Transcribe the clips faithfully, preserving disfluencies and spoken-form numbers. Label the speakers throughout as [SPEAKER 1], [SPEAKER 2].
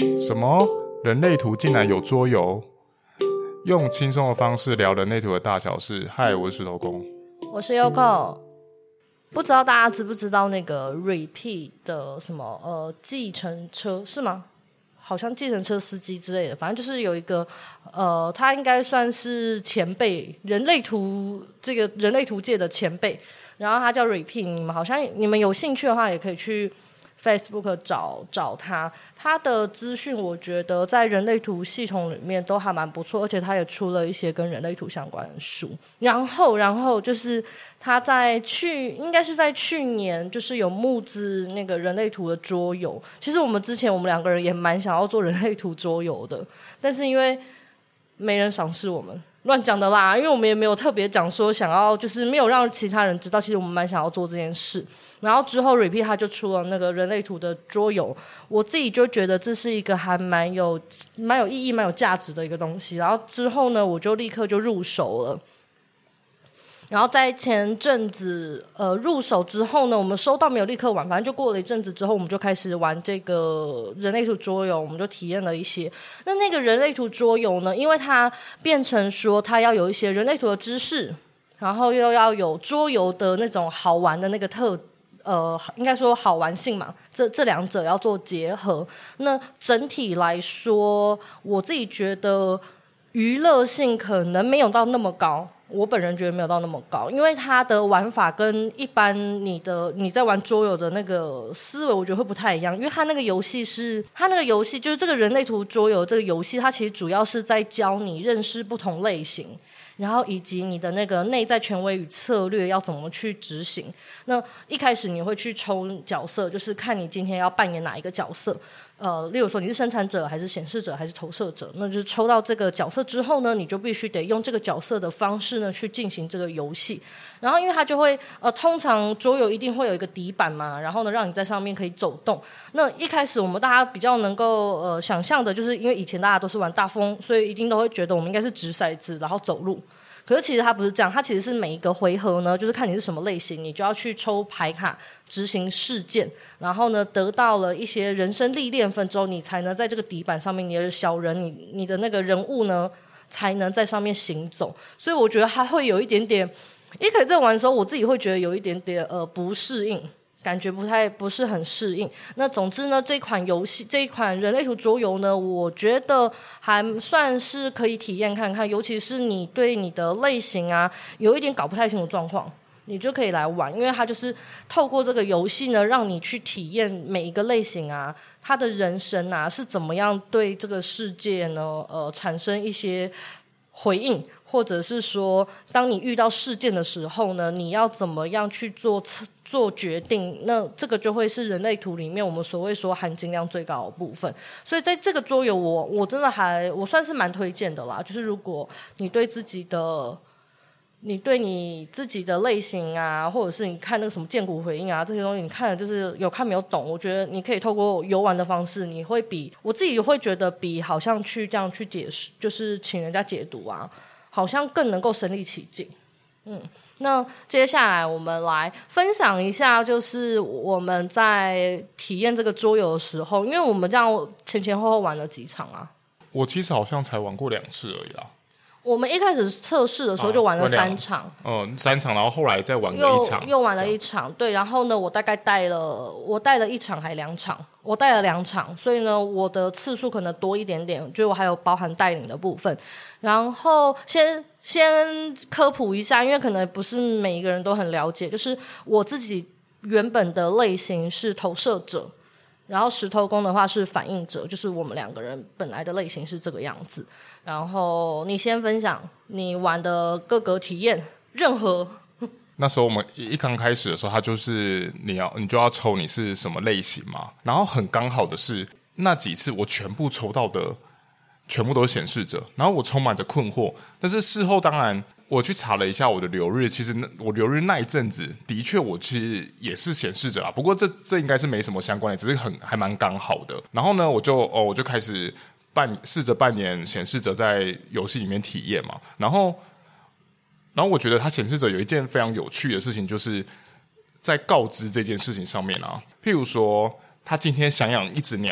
[SPEAKER 1] 什么？人类图竟然有桌游？用轻松的方式聊人类图的大小事。嗨，我是石头公，
[SPEAKER 2] 我是 Yoko。不知道大家知不知道那个 Repeat 的什么呃计程车是吗？好像计程车司机之类的，反正就是有一个呃，他应该算是前辈，人类图这个人类图界的前辈。然后他叫 Repeat， 你们好像你们有兴趣的话，也可以去 Facebook 找找他，他的资讯我觉得在人类图系统里面都还蛮不错，而且他也出了一些跟人类图相关的书。然后，然后就是他在去，应该是在去年，就是有募资那个人类图的桌游。其实我们之前我们两个人也蛮想要做人类图桌游的，但是因为没人赏识我们。乱讲的啦，因为我们也没有特别讲说想要，就是没有让其他人知道，其实我们蛮想要做这件事。然后之后 Repeat 他就出了那个人类图的桌游，我自己就觉得这是一个还蛮有蛮有意义、蛮有价值的一个东西。然后之后呢，我就立刻就入手了。然后在前阵子呃入手之后呢，我们收到没有立刻玩，反正就过了一阵子之后，我们就开始玩这个人类图桌游，我们就体验了一些。那那个人类图桌游呢，因为它变成说它要有一些人类图的知识，然后又要有桌游的那种好玩的那个特呃，应该说好玩性嘛，这这两者要做结合。那整体来说，我自己觉得娱乐性可能没有到那么高。我本人觉得没有到那么高，因为它的玩法跟一般你的你在玩桌游的那个思维，我觉得会不太一样。因为它那个游戏是，它那个游戏就是这个人类图桌游这个游戏，它其实主要是在教你认识不同类型，然后以及你的那个内在权威与策略要怎么去执行。那一开始你会去抽角色，就是看你今天要扮演哪一个角色。呃，例如说你是生产者还是显示者还是投射者，那就是抽到这个角色之后呢，你就必须得用这个角色的方式呢去进行这个游戏。然后因为它就会呃，通常桌游一定会有一个底板嘛，然后呢让你在上面可以走动。那一开始我们大家比较能够呃想象的，就是因为以前大家都是玩大风，所以一定都会觉得我们应该是掷骰子然后走路。可是其实它不是这样，它其实是每一个回合呢，就是看你是什么类型，你就要去抽牌卡执行事件，然后呢得到了一些人生历练分之后，你才能在这个底板上面，你的小人你你的那个人物呢才能在上面行走。所以我觉得它会有一点点，一开始在玩的时候我自己会觉得有一点点呃不适应，感觉不太不是很适应。那总之呢，这款游戏这一款人类图桌游呢，我觉得还算是可以体验看看，尤其是你对你的类型啊有一点搞不太清楚状况，你就可以来玩。因为它就是透过这个游戏呢，让你去体验每一个类型啊，他的人生啊是怎么样对这个世界呢呃产生一些回应，或者是说当你遇到事件的时候呢，你要怎么样去做做决定，那这个就会是人类图里面我们所谓说含金量最高的部分。所以在这个桌游我我真的还我算是蛮推荐的啦，就是如果你对自己的你对你自己的类型啊，或者是你看那个什么剑骨回应啊这些东西，你看了就是有看没有懂，我觉得你可以透过游玩的方式，你会比我自己会觉得比好像去这样去解释，就是请人家解读啊，好像更能够身临其境。嗯，那接下来我们来分享一下，就是我们在体验这个桌游的时候，因为我们这样前前后后玩了几场啊？
[SPEAKER 1] 我其实好像才玩过两次而已啦。
[SPEAKER 2] 我们一开始测试的时候就玩了三场，
[SPEAKER 1] 嗯、呃，三场，然后后来再玩了一场，
[SPEAKER 2] 又又玩了一场，对。然后呢，我大概带了我带了一场还两场，我带了两场，所以呢，我的次数可能多一点点，就我还有包含带领的部分。然后先先科普一下，因为可能不是每一个人都很了解，就是我自己原本的类型是投射者。然后石头公的话是反应者，就是我们两个人本来的类型是这个样子。然后你先分享你玩的各个体验，任何。
[SPEAKER 1] 那时候我们一刚开始的时候，它就是你要你就要抽你是什么类型嘛。然后很刚好的是那几次我全部抽到的全部都是显示者，然后我充满着困惑。但是事后当然我去查了一下我的流日，其实我流日那一阵子的确我其实也是显示者啦，不过这这应该是没什么相关的，只是很还蛮刚好的。然后呢，我就哦我就开始扮试着扮演显示者在游戏里面体验嘛。然后然后我觉得它显示者有一件非常有趣的事情，就是在告知这件事情上面啊，譬如说他今天想养一只鸟。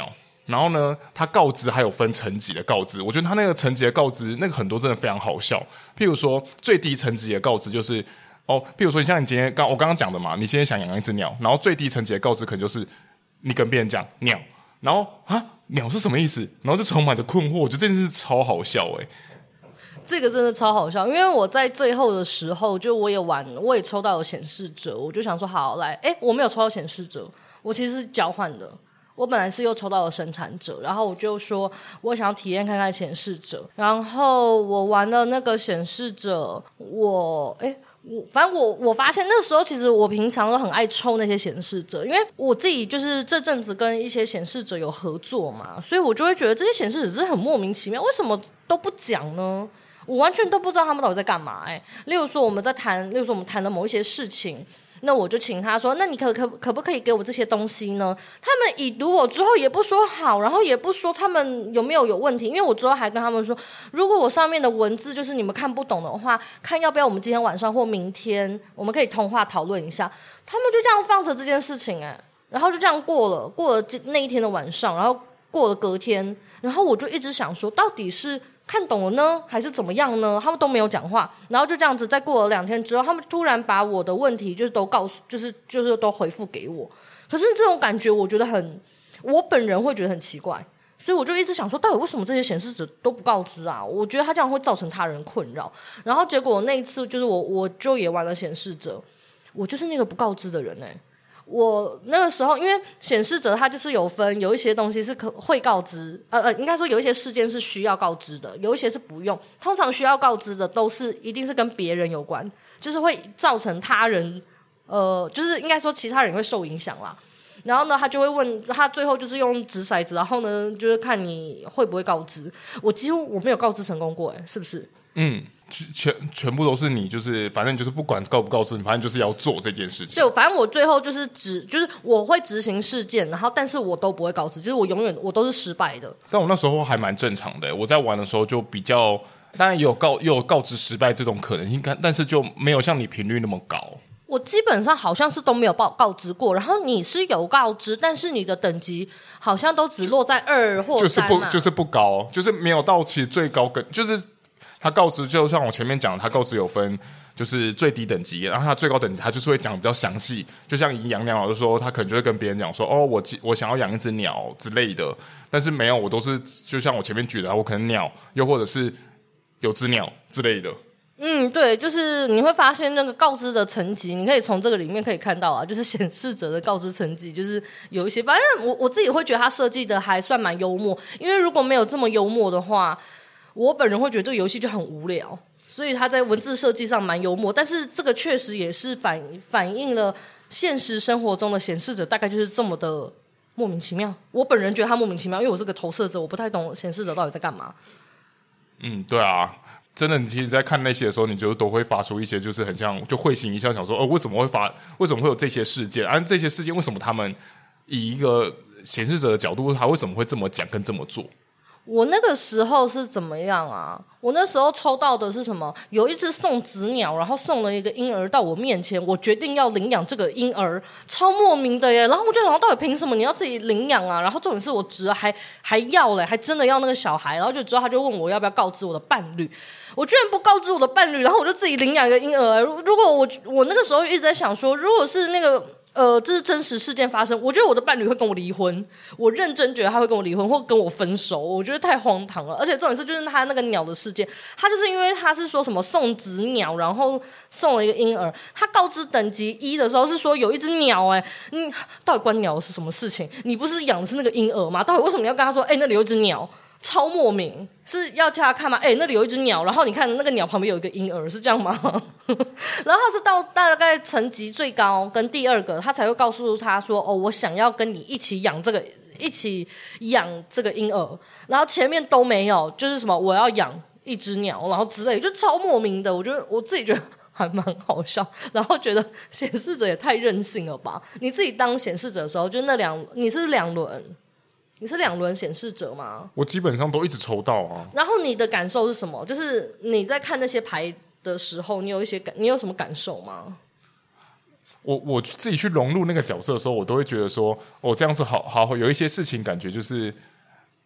[SPEAKER 1] 然后呢，他告知还有分层级的告知，我觉得他那个层级的告知，那个很多真的非常好笑。譬如说，最低层级的告知就是哦，譬如说，像你今天刚我刚刚讲的嘛，你今天想养一只鸟，然后最低层级的告知可能就是你跟别人讲鸟，然后啊鸟是什么意思，然后就充满着困惑，我觉得这件事超好笑哎、欸。
[SPEAKER 2] 这个真的超好笑，因为我在最后的时候，就我也玩，我也抽到有显示者，我就想说好来，哎，我没有抽到显示者，我其实是交换的。我本来是又抽到了生产者，然后我就说我想要体验看看显示者，然后我玩了那个显示者，我哎。我反正我我发现那时候其实我平常都很爱抽那些显示者，因为我自己就是这阵子跟一些显示者有合作嘛，所以我就会觉得这些显示者真的很莫名其妙，为什么都不讲呢？我完全都不知道他们到底在干嘛、欸、例如说我们在谈，例如说我们谈的某一些事情，那我就请他说，那你可可可不可以给我这些东西呢？他们已读我之后也不说好，然后也不说他们有没有有问题，因为我之后还跟他们说，如果我上面的文字就是你们看不懂的话，看要不要我们今天晚上或明天我们可以通话讨论一下。他们就这样放着这件事情、欸、然后就这样过了过了那一天的晚上，然后过了隔天，然后我就一直想说到底是看懂了呢还是怎么样呢？他们都没有讲话，然后就这样子再过了两天之后，他们突然把我的问题就是都告诉就是就是都回复给我。可是这种感觉我觉得很，我本人会觉得很奇怪，所以我就一直想说到底为什么这些显示者都不告知啊？我觉得他这样会造成他人困扰。然后结果那一次就是我我就也玩了显示者，我就是那个不告知的人欸。我那个时候因为显示者它就是有分，有一些东西是可会告知，呃呃，应该说有一些事件是需要告知的，有一些是不用。通常需要告知的都是一定是跟别人有关，就是会造成他人，呃，就是应该说其他人会受影响啦。然后呢，他就会问他，最后就是用掷骰子，然后呢，就是看你会不会告知。我几乎我没有告知成功过，哎，是不是？
[SPEAKER 1] 嗯，全全部都是你，就是反正就是不管告不告知你，反正就是要做这件事情。
[SPEAKER 2] 对，反正我最后就是执，就是我会执行事件，然后但是我都不会告知，就是我永远我都是失败的。
[SPEAKER 1] 但我那时候还蛮正常的，我在玩的时候就比较，当然也有告也有告知失败这种可能性，但是就没有像你频率那么高。
[SPEAKER 2] 我基本上好像是都没有报告知过，然后你是有告知，但是你的等级好像都只落在二或三嘛，
[SPEAKER 1] 就是不就是不高，就是没有到其实最高跟就是他告知，就像我前面讲的，他告知有分就是最低等级，然后他最高等级他就是会讲比较详细，就像以养鸟老师说，他可能就会跟别人讲说，哦，我我想要养一只鸟之类的，但是没有，我都是就像我前面举的，我可能鸟，又或者是有只鸟之类的。
[SPEAKER 2] 嗯，对，就是你会发现那个告知的层级，你可以从这个里面可以看到啊，就是显示者的告知层级，就是有一些，反正我我自己会觉得他设计的还算蛮幽默，因为如果没有这么幽默的话，我本人会觉得这个游戏就很无聊，所以他在文字设计上蛮幽默，但是这个确实也是反反映了现实生活中的显示者大概就是这么的莫名其妙。我本人觉得他莫名其妙，因为我是个投射者，我不太懂显示者到底在干嘛。
[SPEAKER 1] 嗯，对啊。真的，你其实在看那些的时候，你就都会发出一些，就是很像，就会心一笑，想说，哦，为什么会发，为什么会有这些事件？而、啊、这些事件为什么他们以一个显示者的角度，他为什么会这么讲跟这么做？
[SPEAKER 2] 我那个时候是怎么样啊？我那时候抽到的是什么？有一只送子鸟，然后送了一个婴儿到我面前，我决定要领养这个婴儿，超莫名的耶！然后我就想，到底凭什么你要自己领养啊？然后重点是我侄还还要嘞，还真的要那个小孩，然后就之后他就问我要不要告知我的伴侣，我居然不告知我的伴侣，然后我就自己领养一个婴儿。如果我我那个时候一直在想说，如果是那个。呃，这是真实事件发生，我觉得我的伴侣会跟我离婚，我认真觉得他会跟我离婚或跟我分手，我觉得太荒唐了。而且重点是，就是他那个鸟的事件，他就是因为他是说什么送子鸟，然后送了一个婴儿，他告知等级一的时候是说有一只鸟、欸，哎，嗯，到底关鸟是什么事情？你不是养的是那个婴儿吗？到底为什么你要跟他说，哎、欸，那里有一只鸟？超莫名，是要叫他看吗？哎、欸，那里有一只鸟，然后你看那个鸟旁边有一个婴儿，是这样吗？然后他是到大概层级最高跟第二个，他才会告诉他说：“哦，我想要跟你一起养这个，一起养这个婴儿。”然后前面都没有，就是什么我要养一只鸟，然后之类的，就超莫名的。我觉得我自己觉得还蛮好笑，然后觉得显示者也太任性了吧？你自己当显示者的时候，就那两，你是两轮。你是两轮显示者吗？
[SPEAKER 1] 我基本上都一直抽到啊。
[SPEAKER 2] 然后你的感受是什么？就是你在看那些牌的时候，你有一些感，你有什么感受吗？
[SPEAKER 1] 我我自己去融入那个角色的时候，我都会觉得说，哦，这样子好好有一些事情感觉就是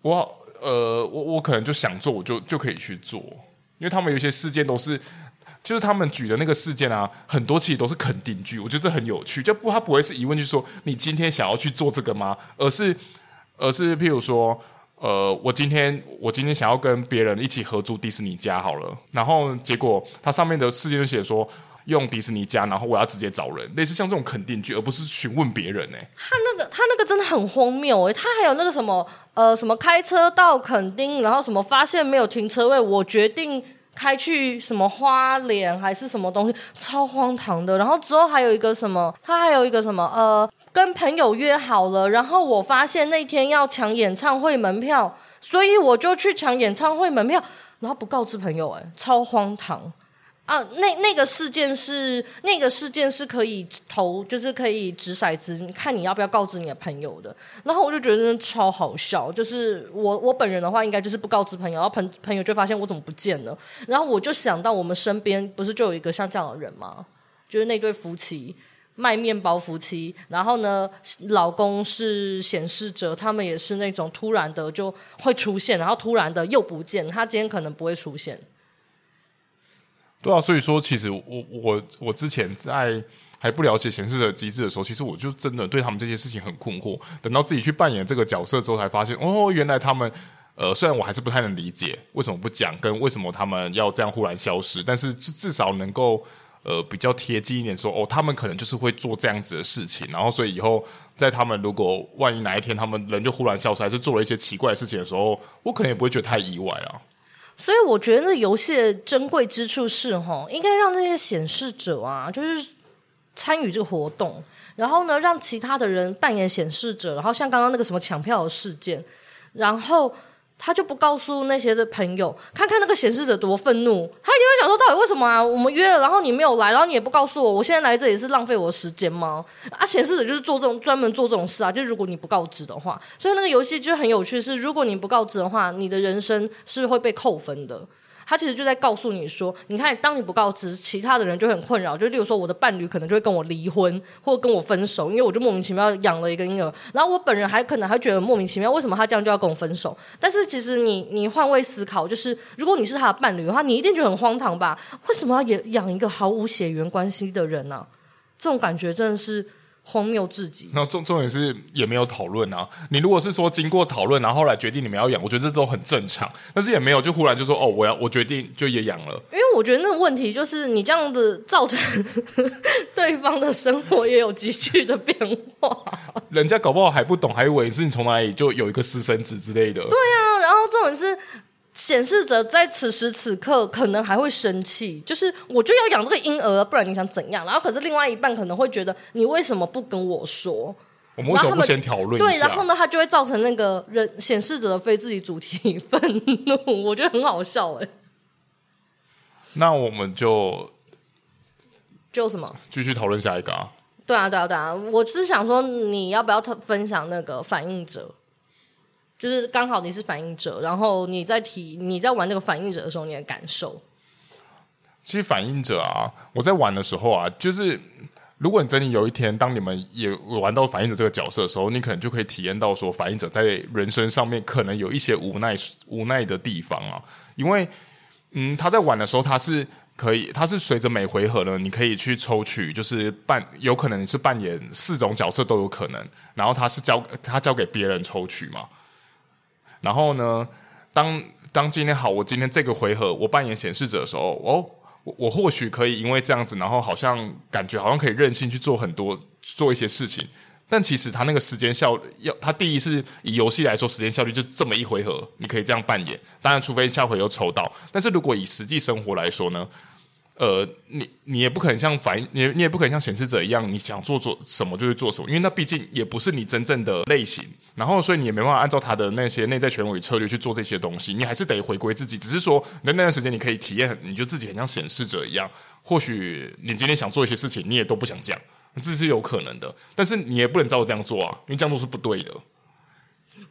[SPEAKER 1] 我呃，我我可能就想做，我就就可以去做，因为他们有一些事件都是。就是他们举的那个事件啊，很多其实都是肯定句，我觉得这很有趣。就不，他不会是疑问句说你今天想要去做这个吗？而是，而是譬如说，呃，我今天我今天想要跟别人一起合租迪士尼家好了，然后结果它上面的事件就写说用迪士尼家，然后我要直接找人，类似像这种肯定句，而不是询问别人、欸。
[SPEAKER 2] 他那个他那个真的很荒谬哎、欸，他还有那个什么呃什么开车到垦丁，然后什么发现没有停车位，我决定。开去什么花莲还是什么东西，超荒唐的。然后之后还有一个什么，他还有一个什么，呃，跟朋友约好了，然后我发现那天要抢演唱会门票，所以我就去抢演唱会门票，然后不告知朋友、欸，哎，超荒唐。啊，那那个事件是那个事件是可以投，就是可以掷骰子，看你要不要告知你的朋友的。然后我就觉得真的超好笑，就是我我本人的话，应该就是不告知朋友，然后朋朋友就发现我怎么不见了。然后我就想到我们身边不是就有一个像这样的人吗？就是那对夫妻卖面包夫妻，然后呢，老公是显示者，他们也是那种突然的就会出现，然后突然的又不见，他今天可能不会出现。
[SPEAKER 1] 对啊，所以说其实我我我之前在还不了解显示者机制的时候，其实我就真的对他们这些事情很困惑。等到自己去扮演这个角色之后，才发现哦，原来他们呃，虽然我还是不太能理解为什么不讲，跟为什么他们要这样忽然消失，但是至少能够呃比较贴近一点说，哦，他们可能就是会做这样子的事情，然后所以以后在他们如果万一哪一天他们人就忽然消失，还是做了一些奇怪的事情的时候，我可能也不会觉得太意外啊。
[SPEAKER 2] 所以我觉得那游戏的珍贵之处是齁，应该让那些显示者啊，就是参与这个活动，然后呢，让其他的人扮演显示者，然后像刚刚那个什么抢票的事件，然后他就不告诉那些的朋友，看看那个显示者多愤怒，他一定会想说，到底为什么啊？我们约了，然后你没有来，然后你也不告诉我，我现在来这里是浪费我的时间吗？啊，显示者就是做这种专门做这种事啊，就是如果你不告知的话，所以那个游戏就很有趣是，如果你不告知的话，你的人生是会被扣分的。他其实就在告诉你说，你看，当你不告知，其他的人就很困扰。就例如说，我的伴侣可能就会跟我离婚，或者跟我分手，因为我就莫名其妙养了一个婴儿。然后我本人还可能还觉得莫名其妙，为什么他这样就要跟我分手？但是其实你你换位思考，就是如果你是他的伴侣的话，你一定觉得很荒唐吧？为什么要养一个毫无血缘关系的人呢、啊？这种感觉真的是荒谬至极。
[SPEAKER 1] 那重重点是也没有讨论啊。你如果是说经过讨论，然后后来决定你们要养，我觉得这都很正常。但是也没有就忽然就说哦，我要我决定就也养了。
[SPEAKER 2] 因为我觉得那个问题就是你这样子造成对方的生活也有急剧的变化。
[SPEAKER 1] 人家搞不好还不懂，还以为是你从哪里就有一个私生子之类的。
[SPEAKER 2] 对啊，然后这种是。显示者在此时此刻可能还会生气，就是我就要养这个婴儿，不然你想怎样？然后可是另外一半可能会觉得你为什么不跟我说？
[SPEAKER 1] 我们为什么不先讨论一下？
[SPEAKER 2] 对，然后呢，他就会造成那个人显示者的非自己主题愤怒，我觉得很好笑哎。
[SPEAKER 1] 那我们就
[SPEAKER 2] 就什么
[SPEAKER 1] 继续讨论下一个啊？
[SPEAKER 2] 对啊，对啊，对啊！我只是想说，你要不要分享那个反应者？就是刚好你是反应者，然后你在提你在玩那个反应者的时候，你的感受。
[SPEAKER 1] 其实反应者啊，我在玩的时候啊，就是如果你真的有一天，当你们也玩到反应者这个角色的时候，你可能就可以体验到说，反应者在人生上面可能有一些无奈无奈的地方啊，因为嗯，他在玩的时候，他是可以，他是随着每回合呢，你可以去抽取，就是扮有可能你是扮演四种角色都有可能，然后他是交他交给别人抽取嘛。然后呢，当当今天好，我今天这个回合我扮演显示者的时候，哦，我我或许可以因为这样子，然后好像感觉好像可以任性去做很多做一些事情，但其实他那个时间效要，他第一是以游戏来说，时间效率就这么一回合，你可以这样扮演，当然除非下回又抽到，但是如果以实际生活来说呢？呃，你你也不可能像反应，你你也不可能像显示者一样，你想做做什么就会做什么，因为那毕竟也不是你真正的类型。然后，所以你也没办法按照他的那些内在权威策略去做这些东西，你还是得回归自己。只是说，在那段时间你可以体验，你就自己很像显示者一样。或许你今天想做一些事情，你也都不想讲，这是有可能的。但是你也不能照这样做啊，因为这样做是不对的。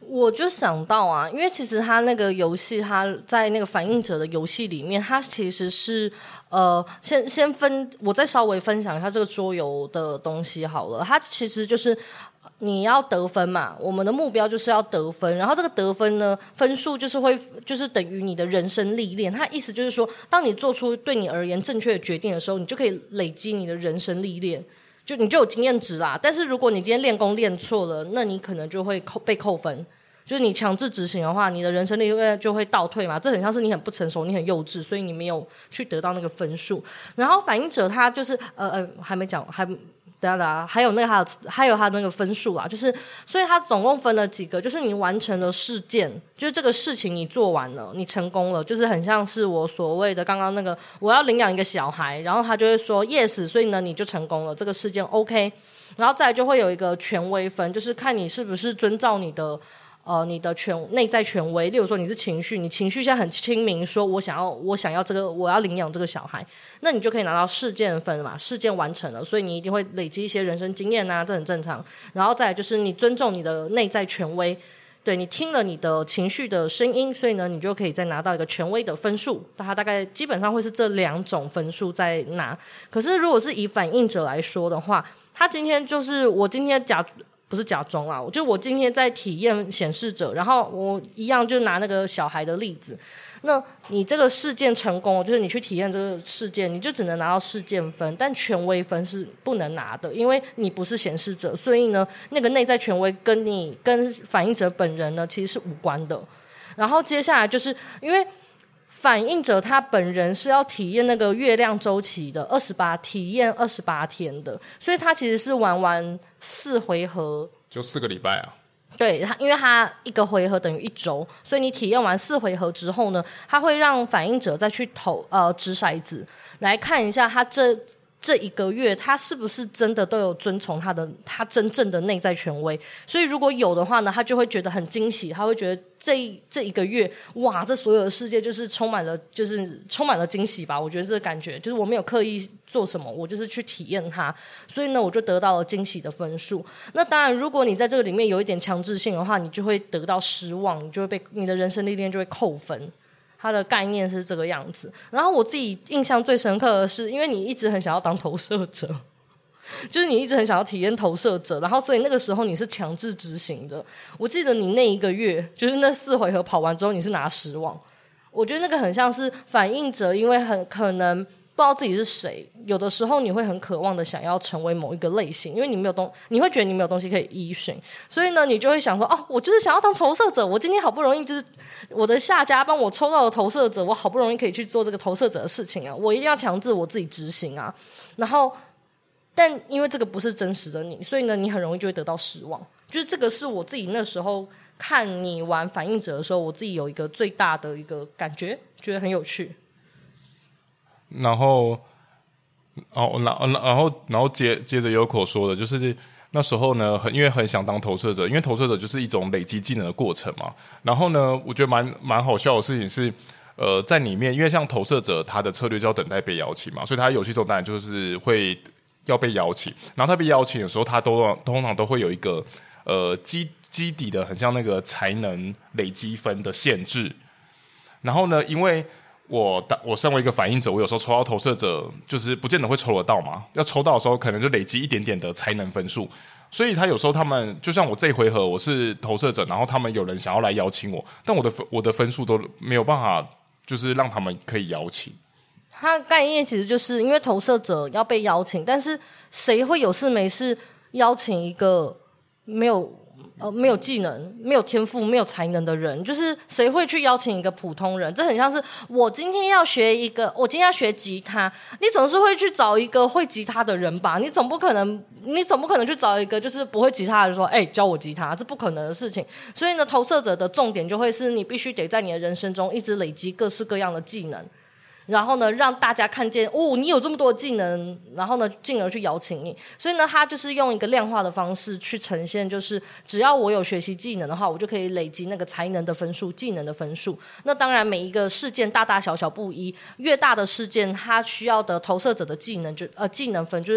[SPEAKER 2] 我就想到啊，因为其实他那个游戏，他在那个反映者的游戏里面，他其实是呃，先先分，我再稍微分享一下这个桌游的东西好了。它其实就是你要得分嘛，我们的目标就是要得分，然后这个得分呢，分数就是会就是等于你的人生历练。它意思就是说，当你做出对你而言正确的决定的时候，你就可以累积你的人生历练。就你就有经验值啦，但是如果你今天练功练错了，那你可能就会扣被扣分。就是你强制执行的话，你的人生历练就会倒退嘛，这很像是你很不成熟，你很幼稚，所以你没有去得到那个分数。然后反映者他就是呃呃还没讲，还等下等下，还有那个还有还有他那个分数啦，就是所以他总共分了几个，就是你完成了事件，就是这个事情你做完了，你成功了，就是很像是我所谓的刚刚那个我要领养一个小孩，然后他就会说 yes， 所以呢你就成功了，这个事件 OK， 然后再来就会有一个权威分，就是看你是不是遵照你的。呃，你的权内在权威，例如说你是情绪，你情绪现在很清明，说我想要，我想要这个，我要领养这个小孩，那你就可以拿到事件分嘛，事件完成了，所以你一定会累积一些人生经验啊，这很正常。然后再来就是你尊重你的内在权威，对你听了你的情绪的声音，所以呢，你就可以再拿到一个权威的分数。它大概基本上会是这两种分数在拿。可是如果是以反应者来说的话，他今天就是我今天假。不是假装啦，就我今天在体验显示者，然后我一样就拿那个小孩的例子。那你这个事件成功，就是你去体验这个事件，你就只能拿到事件分，但权威分是不能拿的，因为你不是显示者，所以呢，那个内在权威跟你跟反应者本人呢其实是无关的。然后接下来就是因为反应者他本人是要体验那个月亮周期的二十八体验二十八天的，所以他其实是玩完四回合，
[SPEAKER 1] 就四个礼拜啊。
[SPEAKER 2] 对，因为他一个回合等于一周，所以你体验完四回合之后呢，他会让反应者再去投呃掷骰子来看一下他这。这一个月他是不是真的都有遵从他的他真正的内在权威，所以如果有的话呢，他就会觉得很惊喜，他会觉得这这一个月哇，这所有的世界就是充满了就是充满了惊喜吧。我觉得这个感觉就是我没有刻意做什么，我就是去体验它，所以呢我就得到了惊喜的分数。那当然如果你在这个里面有一点强制性的话，你就会得到失望，你就会被你的人生历练就会扣分。它的概念是这个样子。然后我自己印象最深刻的是，因为你一直很想要当投射者，就是你一直很想要体验投射者，然后所以那个时候你是强制执行的。我记得你那一个月就是那四回合跑完之后你是拿失望，我觉得那个很像是反应者，因为很可能不知道自己是谁，有的时候你会很渴望的想要成为某一个类型，因为你没有东，你会觉得你没有东西可以依循，所以呢你就会想说哦，我就是想要当投射者，我今天好不容易就是我的下家帮我抽到了投射者，我好不容易可以去做这个投射者的事情啊，我一定要强制我自己执行啊。然后但因为这个不是真实的你，所以呢你很容易就会得到失望。就是这个是我自己那时候看你玩反应者的时候，我自己有一个最大的一个感觉，觉得很有趣。
[SPEAKER 1] 然后哦，然后然后接接着Yoko说的就是那时候呢，很因为很想当投射者，因为投射者就是一种累积技能的过程嘛。然后呢，我觉得蛮蛮好笑的事情是，呃，在里面，因为像投射者他的策略就要等待被邀请嘛，所以他游戏中当然就是会要被邀请。然后他被邀请的时候，他都通常都会有一个呃基基底的，很像那个才能累积分的限制。然后呢，因为我我身为一个反应者，我有时候抽到投射者，就是不见得会抽得到嘛。要抽到的时候，可能就累积一点点的才能分数。所以他有时候他们就像我这一回合我是投射者，然后他们有人想要来邀请我，但我的我的分数都没有办法，就是让他们可以邀请。
[SPEAKER 2] 它的概念其实就是因为投射者要被邀请，但是谁会有事没事邀请一个没有？呃，没有技能、没有天赋、没有才能的人，就是谁会去邀请一个普通人？这很像是我今天要学一个，我今天要学吉他，你总是会去找一个会吉他的人吧？你总不可能，你总不可能去找一个就是不会吉他的人说，哎、欸，教我吉他，这不可能的事情。所以呢，投射者的重点就会是你必须得在你的人生中一直累积各式各样的技能。然后呢，让大家看见哦，你有这么多的技能，然后呢，进而去邀请你。所以呢，他就是用一个量化的方式去呈现，就是只要我有学习技能的话，我就可以累积那个才能的分数、技能的分数。那当然，每一个事件大大小小不一，越大的事件，它需要的投射者的技能就呃技能分就是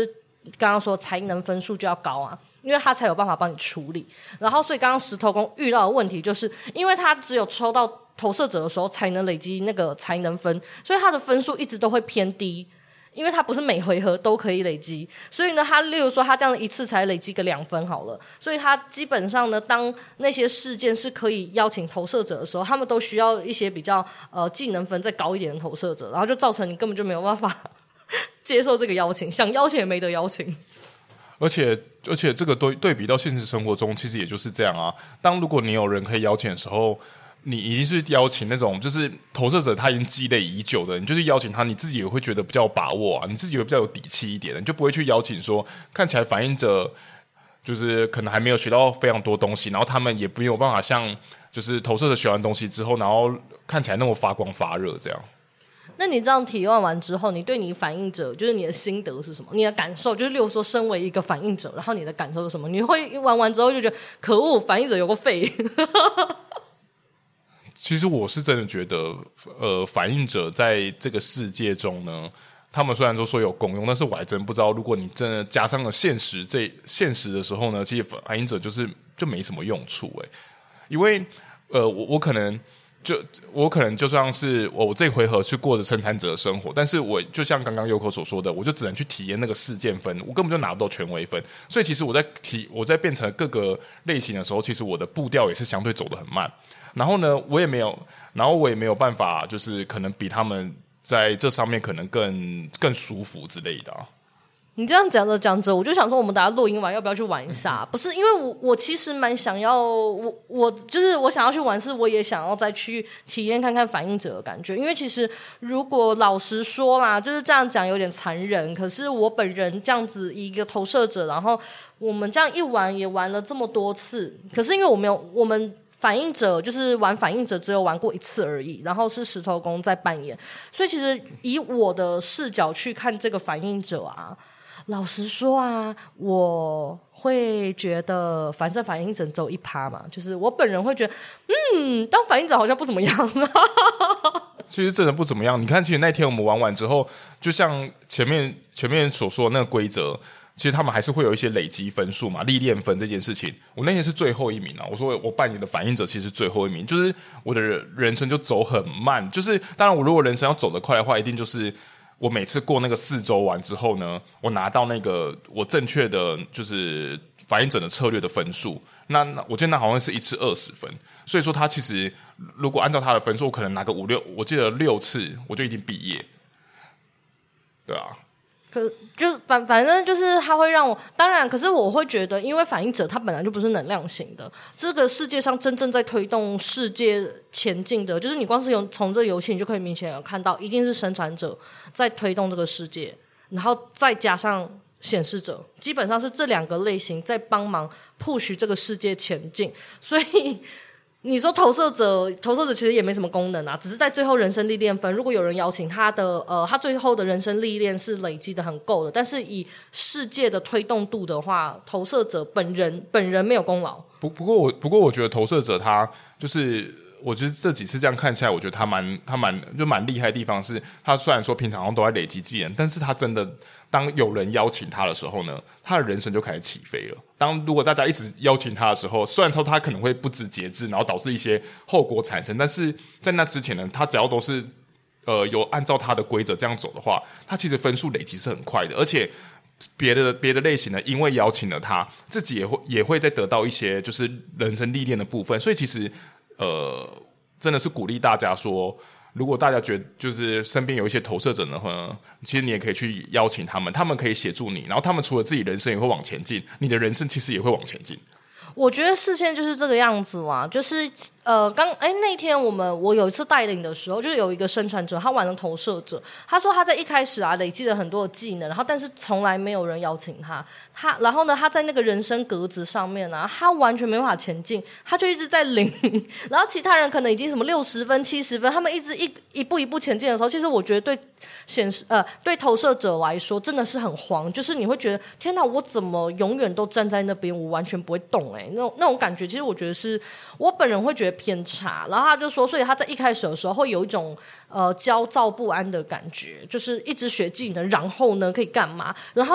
[SPEAKER 2] 刚刚说才能分数就要高啊，因为他才有办法帮你处理。然后所以刚刚石头公遇到的问题就是因为他只有抽到投射者的时候才能累积那个才能分，所以他的分数一直都会偏低，因为他不是每回合都可以累积，所以呢他例如说他这样一次才累积个两分好了，所以他基本上呢当那些事件是可以邀请投射者的时候，他们都需要一些比较呃技能分再高一点的投射者，然后就造成你根本就没有办法接受这个邀请，想邀请也没得邀请。
[SPEAKER 1] 而且而且这个对对比到现实生活中其实也就是这样啊，当如果你有人可以邀请的时候，你一定是邀请那种就是投射者他已经积累已久的，你就是邀请他，你自己也会觉得比较有把握啊，你自己会比较有底气一点的，你就不会去邀请说看起来反映者就是可能还没有学到非常多东西，然后他们也没有办法像就是投射者学完东西之后，然后看起来那么发光发热这样。
[SPEAKER 2] 那你这样体验完之后，你对你反应者就是你的心得是什么？你的感受就是例如说身为一个反应者，然后你的感受是什么？你会玩完之后就觉得可恶，反应者有个废
[SPEAKER 1] 其实我是真的觉得呃，反应者在这个世界中呢，他们虽然说说有功用，但是我还真不知道，如果你真的加上了现实这现实的时候呢，其实反应者就是就没什么用处诶、欸，因为呃，我我可能就我可能就像是我我这回合去过着生产者的生活，但是我就像刚刚Yoko所说的，我就只能去体验那个事件分，我根本就拿不到权威分，所以其实我在体我在变成各个类型的时候，其实我的步调也是相对走得很慢。然后呢，我也没有，然后我也没有办法，就是可能比他们在这上面可能更更舒服之类的啊。
[SPEAKER 2] 你这样讲着讲着，我就想说，我们等下录音完要不要去玩一下？嗯、不是，因为我我其实蛮想要，我我就是我想要去玩，是我也想要再去体验看看反应者的感觉。因为其实如果老实说啦，就是这样讲有点残忍，可是我本人这样子一个投射者，然后我们这样一玩也玩了这么多次，可是因为我没有我们。反应者就是玩反应者只有玩过一次而已，然后是石头公在扮演，所以其实以我的视角去看这个反应者啊，老实说啊，我会觉得反正反应者只有一趴嘛，就是我本人会觉得嗯当反应者好像不怎么样
[SPEAKER 1] 其实真的不怎么样，你看其实那天我们玩完之后，就像前面前面所说的那个规则，其实他们还是会有一些累积分数嘛，历练分这件事情，我那天是最后一名啊。我说我扮演的反应者其实最后一名，就是我的人生就走很慢。就是当然，我如果人生要走得快的话，一定就是我每次过那个四周完之后呢，我拿到那个我正确的就是反应者的策略的分数。那我记得那好像是一次二十分，所以说他其实如果按照他的分数，我可能拿个五六，我记得六次我就一定毕业，对啊。
[SPEAKER 2] 可就反反正就是他会让我，当然，可是我会觉得，因为反应者他本来就不是能量型的，这个世界上真正在推动世界前进的，就是你光是有从这个游戏，你就可以明显有看到，一定是生产者在推动这个世界，然后再加上显示者，基本上是这两个类型在帮忙 push 这个世界前进，所以。你说投射者，投射者其实也没什么功能啊，只是在最后人生历练分，如果有人邀请他的，呃，他最后的人生历练是累积的很够的，但是以世界的推动度的话，投射者本人本人没有功劳。
[SPEAKER 1] 不不过我不过我觉得投射者他就是。我觉得这几次这样看下来，我觉得他蛮他蛮就蛮厉害的地方是，他虽然说平常都在累积技能，但是他真的当有人邀请他的时候呢，他的人生就开始起飞了。当如果大家一直邀请他的时候，虽然说他可能会不知节制，然后导致一些后果产生，但是在那之前呢，他只要都是呃有按照他的规则这样走的话，他其实分数累积是很快的，而且。别的别的类型呢，因为邀请了他，自己也会也会再得到一些就是人生历练的部分，所以其实呃，真的是鼓励大家说，如果大家觉得就是身边有一些投射者的话，其实你也可以去邀请他们，他们可以协助你，然后他们除了自己人生也会往前进，你的人生其实也会往前进。
[SPEAKER 2] 我觉得视线就是这个样子啦，就是呃，刚哎那天我们我有一次带领的时候，就是有一个生产者，他玩了投射者，他说他在一开始啊累积了很多的技能，然后但是从来没有人邀请他，他然后呢他在那个人生格子上面啊，他完全没办法前进，他就一直在零，然后其他人可能已经什么六十分、七十分，他们一直一一步一步前进的时候，其实我觉得对显示呃对投射者来说真的是很慌，就是你会觉得天哪，我怎么永远都站在那边，我完全不会动哎、欸，那种那种感觉，其实我觉得是我本人会觉得偏差。然后他就说，所以他在一开始的时候会有一种呃焦躁不安的感觉，就是一直学技能，然后呢可以干嘛？然后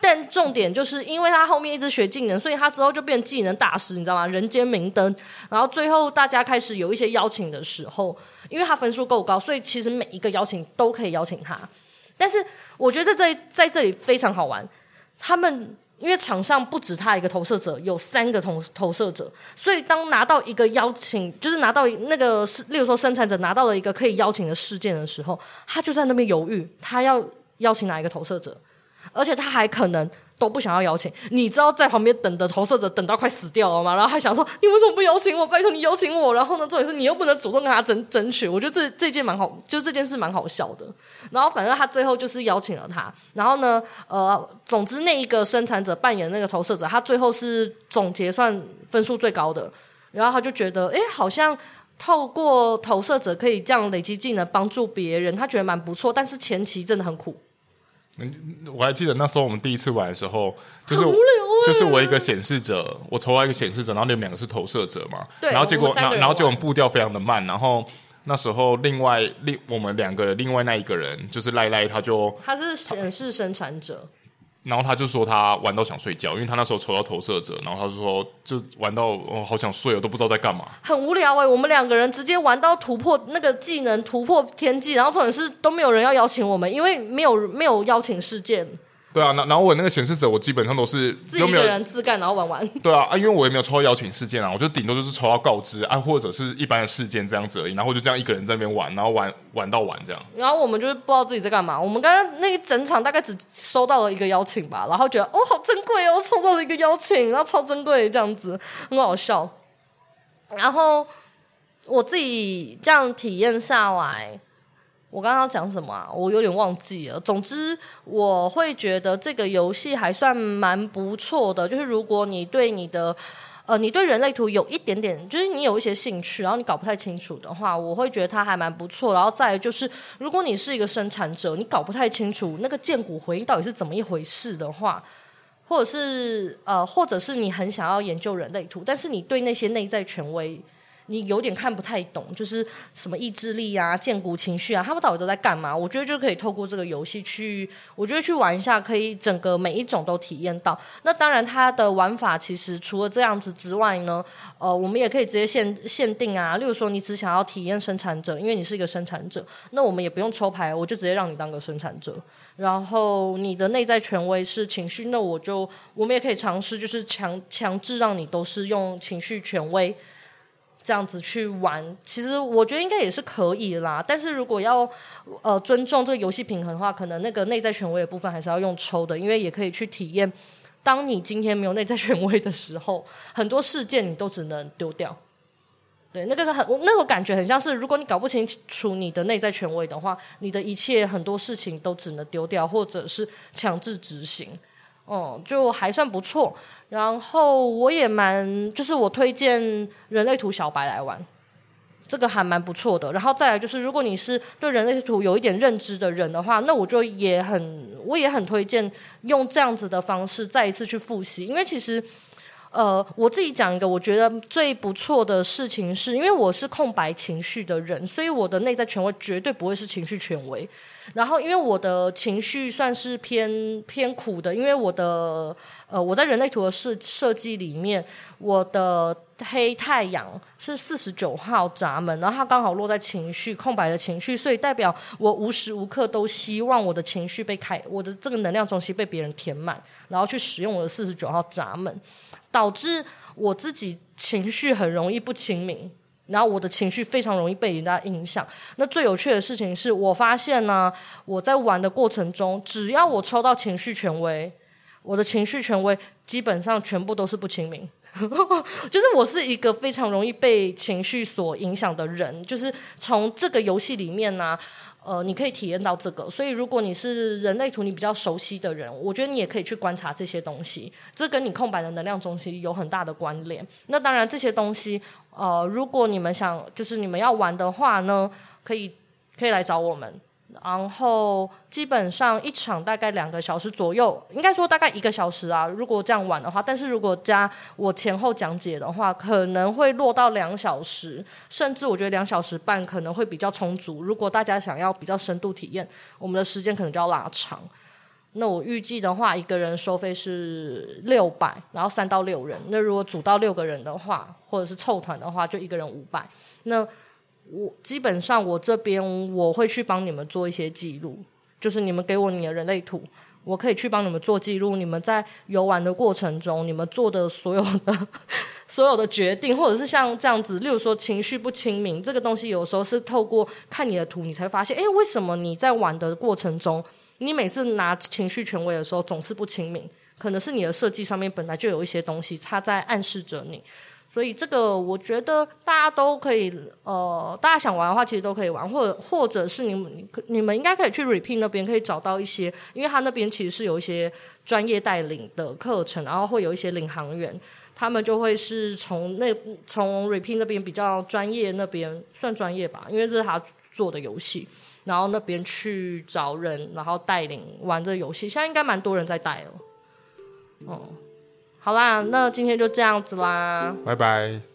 [SPEAKER 2] 但重点就是因为他后面一直学技能，所以他之后就变技能大师，你知道吗？人间明灯。然后最后大家开始有一些邀请的时候，因为他分数够高，所以其实每一个邀请都可以邀请他。但是我觉得在这里在这里非常好玩，他们因为场上不止他一个投射者，有三个投投射者，所以当拿到一个邀请，就是拿到那个例如说生产者拿到了一个可以邀请的事件的时候，他就在那边犹豫，他要邀请哪一个投射者，而且他还可能都不想要邀请。你知道在旁边等的投射者等到快死掉了吗？然后还想说你为什么不邀请我，拜托你邀请我。然后呢，重点是你又不能主动跟他争争取。我觉得这这件蛮好，就这件事蛮好笑的。然后反正他最后就是邀请了他。然后呢，呃，总之那一个生产者扮演那个投射者，他最后是总结算分数最高的。然后他就觉得，哎，好像透过投射者可以这样累积技能帮助别人，他觉得蛮不错。但是前期真的很苦。
[SPEAKER 1] 我还记得那时候我们第一次玩的时候，就是、
[SPEAKER 2] 欸、
[SPEAKER 1] 就是我一个显示者，我抽到一个显示者，然后你们两个是投射者嘛，
[SPEAKER 2] 对，
[SPEAKER 1] 然后结果然后结果步调非常的慢，然后那时候另外另我们两个另外那一个人就是赖赖，他就
[SPEAKER 2] 他是显示生产者。
[SPEAKER 1] 然后他就说他玩到想睡觉，因为他那时候抽到投射者，然后他就说就玩到哦好想睡，我都不知道在干嘛，
[SPEAKER 2] 很无聊哎、欸。我们两个人直接玩到突破那个技能，突破天际，然后重点是都没有人要邀请我们，因为没有没有邀请事件。
[SPEAKER 1] 对啊，然后我那个显示者，我基本上都是
[SPEAKER 2] 自己一个人自干，然后玩完。
[SPEAKER 1] 对啊，啊，因为我也没有抽到邀请事件啊，我就顶多就是抽到告知啊，或者是一般的事件这样子而已，然后我就这样一个人在那边玩，然后玩玩到晚这样。
[SPEAKER 2] 然后我们就是不知道自己在干嘛，我们刚刚那一整场大概只收到了一个邀请吧，然后觉得哦好珍贵哦，抽到了一个邀请，然后超珍贵这样子，很好笑。然后我自己这样体验下来。我刚刚讲什么啊？我有点忘记了。总之，我会觉得这个游戏还算蛮不错的。就是如果你对你的呃，你对人类图有一点点，就是你有一些兴趣，然后你搞不太清楚的话，我会觉得它还蛮不错。然后再来就是，如果你是一个生产者，你搞不太清楚那个剑骨回应到底是怎么一回事的话，或者是呃，或者是你很想要研究人类图，但是你对那些内在权威。你有点看不太懂，就是什么意志力啊、剑骨情绪啊，他们到底都在干嘛？我觉得就可以透过这个游戏去，我觉得去玩一下，可以整个每一种都体验到。那当然，它的玩法其实除了这样子之外呢，呃，我们也可以直接限限定啊，例如说你只想要体验生产者，因为你是一个生产者，那我们也不用抽牌，我就直接让你当个生产者。然后你的内在权威是情绪，那我就我们也可以尝试，就是强强制让你都是用情绪权威。这样子去玩，其实我觉得应该也是可以啦。但是如果要呃尊重这个游戏平衡的话，可能那个内在权威的部分还是要用抽的，因为也可以去体验，当你今天没有内在权威的时候，很多事件你都只能丢掉。对，那个很那种感觉很像是，如果你搞不清楚你的内在权威的话，你的一切很多事情都只能丢掉，或者是强制执行。嗯，就还算不错。然后我也蛮，就是我推荐人类图小白来玩，这个还蛮不错的。然后再来就是，如果你是对人类图有一点认知的人的话，那我就也很，我也很推荐用这样子的方式再一次去复习，因为其实。呃，我自己讲一个我觉得最不错的事情是，因为我是空白情绪的人，所以我的内在权威绝对不会是情绪权威。然后因为我的情绪算是偏偏苦的，因为我的呃我在人类图的设设计里面，我的黑太阳是四十九号闸门，然后它刚好落在情绪空白的情绪，所以代表我无时无刻都希望我的情绪被开，我的这个能量中心被别人填满，然后去使用我的四十九号闸门。导致我自己情绪很容易不清明，然后我的情绪非常容易被人家影响。那最有趣的事情是我发现呢，我在玩的过程中，只要我抽到情绪权威，我的情绪权威基本上全部都是不清明。就是我是一个非常容易被情绪所影响的人，就是从这个游戏里面呢、啊，呃，你可以体验到这个。所以如果你是人类图你比较熟悉的人，我觉得你也可以去观察这些东西，这跟你空白的能量中心有很大的关联。那当然这些东西呃，如果你们想就是你们要玩的话呢，可以可以来找我们。然后基本上一场大概两个小时左右，应该说大概一个小时啊，如果这样玩的话，但是如果加我前后讲解的话，可能会落到两小时，甚至我觉得两小时半可能会比较充足。如果大家想要比较深度体验，我们的时间可能就要拉长。 那我预计的话，一个人收费是六百，然后三到六人。那如果组到六个人的话，或者是凑团的话，就一个人五百。那我基本上我这边我会去帮你们做一些记录，就是你们给我你的人类图，我可以去帮你们做记录。你们在游玩的过程中，你们做的所有的所有的决定，或者是像这样子，例如说情绪不清明，这个东西有时候是透过看你的图，你才发现，哎，为什么你在玩的过程中，你每次拿情绪权威的时候总是不清明，可能是你的设计上面本来就有一些东西它在暗示着你。所以这个我觉得大家都可以呃，大家想玩的话其实都可以玩，或者或者是你们你们应该可以去 Repeat 那边可以找到一些，因为他那边其实是有一些专业带领的课程，然后会有一些领航员，他们就会是从那从 Repeat 那边比较专业，那边算专业吧，因为这是他做的游戏，然后那边去找人，然后带领玩这个游戏。现在应该蛮多人在带了。嗯，好啦，那今天就这样子啦，
[SPEAKER 1] 拜拜。